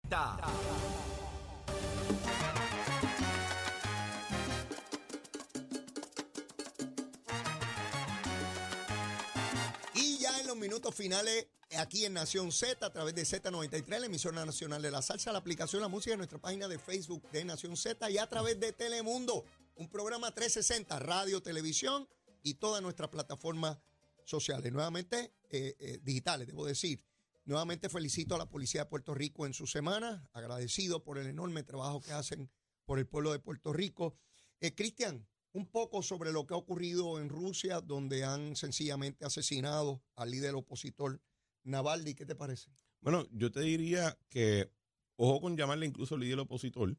Y ya en los minutos finales, aquí en Nación Z, a través de Z93, la emisora nacional de la salsa, la aplicación La Música, en nuestra página de Facebook de Nación Z y a través de Telemundo, un programa 360, radio, televisión y todas nuestras plataformas sociales, nuevamente digitales, debo decir. Nuevamente felicito a la Policía de Puerto Rico en su semana, agradecido por el enorme trabajo que hacen por el pueblo de Puerto Rico. Cristian, un poco sobre lo que ha ocurrido en Rusia, donde han sencillamente asesinado al líder opositor Navalny. ¿Qué te parece? Bueno, yo te diría que ojo con llamarle incluso líder opositor,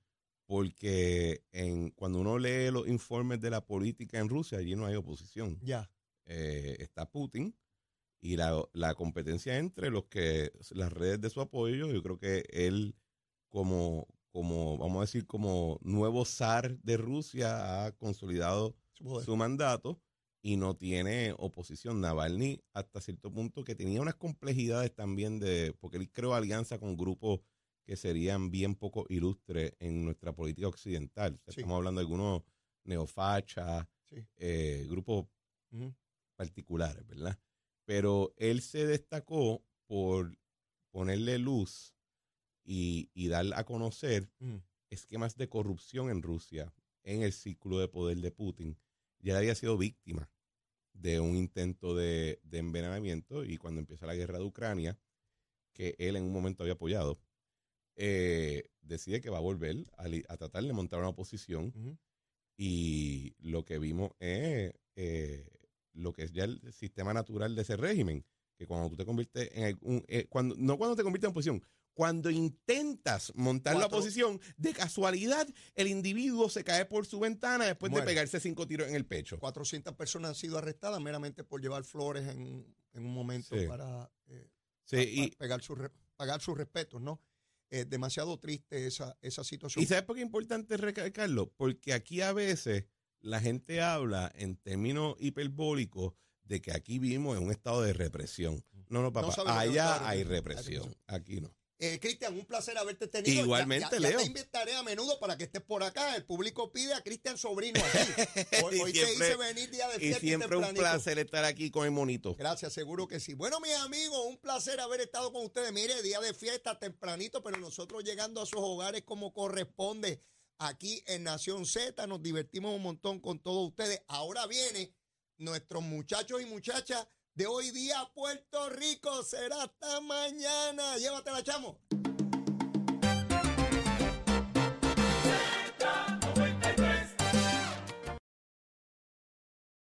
porque cuando uno lee los informes de la política en Rusia, allí no hay oposición. Ya. Está Putin y la competencia entre las redes de su apoyo. Yo creo que él como vamos a decir, como nuevo zar de Rusia ha consolidado su mandato y no tiene oposición. Navalny hasta cierto punto que tenía unas complejidades también porque él creó alianza con grupos que serían bien poco ilustres en nuestra política occidental. Sí. Estamos hablando de algunos neofachas, grupos particulares, ¿verdad? Pero él se destacó por ponerle luz y dar a conocer esquemas de corrupción en Rusia, en el círculo de poder de Putin. Ya había sido víctima de un intento de envenenamiento, y cuando empieza la guerra de Ucrania, que él en un momento había apoyado, decide que va a volver a tratar de montar una oposición, y lo que vimos es lo que es ya el sistema natural de ese régimen, que cuando tú te conviertes en cuando te conviertes en oposición, cuando intentas montar la oposición, de casualidad, el individuo se cae por su ventana después de pegarse 5 tiros en el pecho. 400 personas han sido arrestadas meramente por llevar flores en un momento para pagar sus respetos, ¿no? Demasiado triste esa situación. ¿Y sabes por qué es importante recalcarlo? Porque aquí a veces la gente habla en términos hiperbólicos de que aquí vivimos en un estado de represión. No, papá, allá hay represión, aquí no. Cristian, un placer haberte tenido. Igualmente, Leo. Ya te invitaré a menudo para que estés por acá. El público pide a Cristian Sobrino aquí. Hoy te hice venir día de fiesta. Y siempre un placer estar aquí con el monito. Gracias, seguro que sí. Bueno, mis amigos, un placer haber estado con ustedes. Mire, día de fiesta tempranito, pero nosotros llegando a sus hogares como corresponde aquí en Nación Z. Nos divertimos un montón con todos ustedes. Ahora viene nuestros muchachos y muchachas de hoy día Puerto Rico. Será hasta mañana. Llévatela, chamo.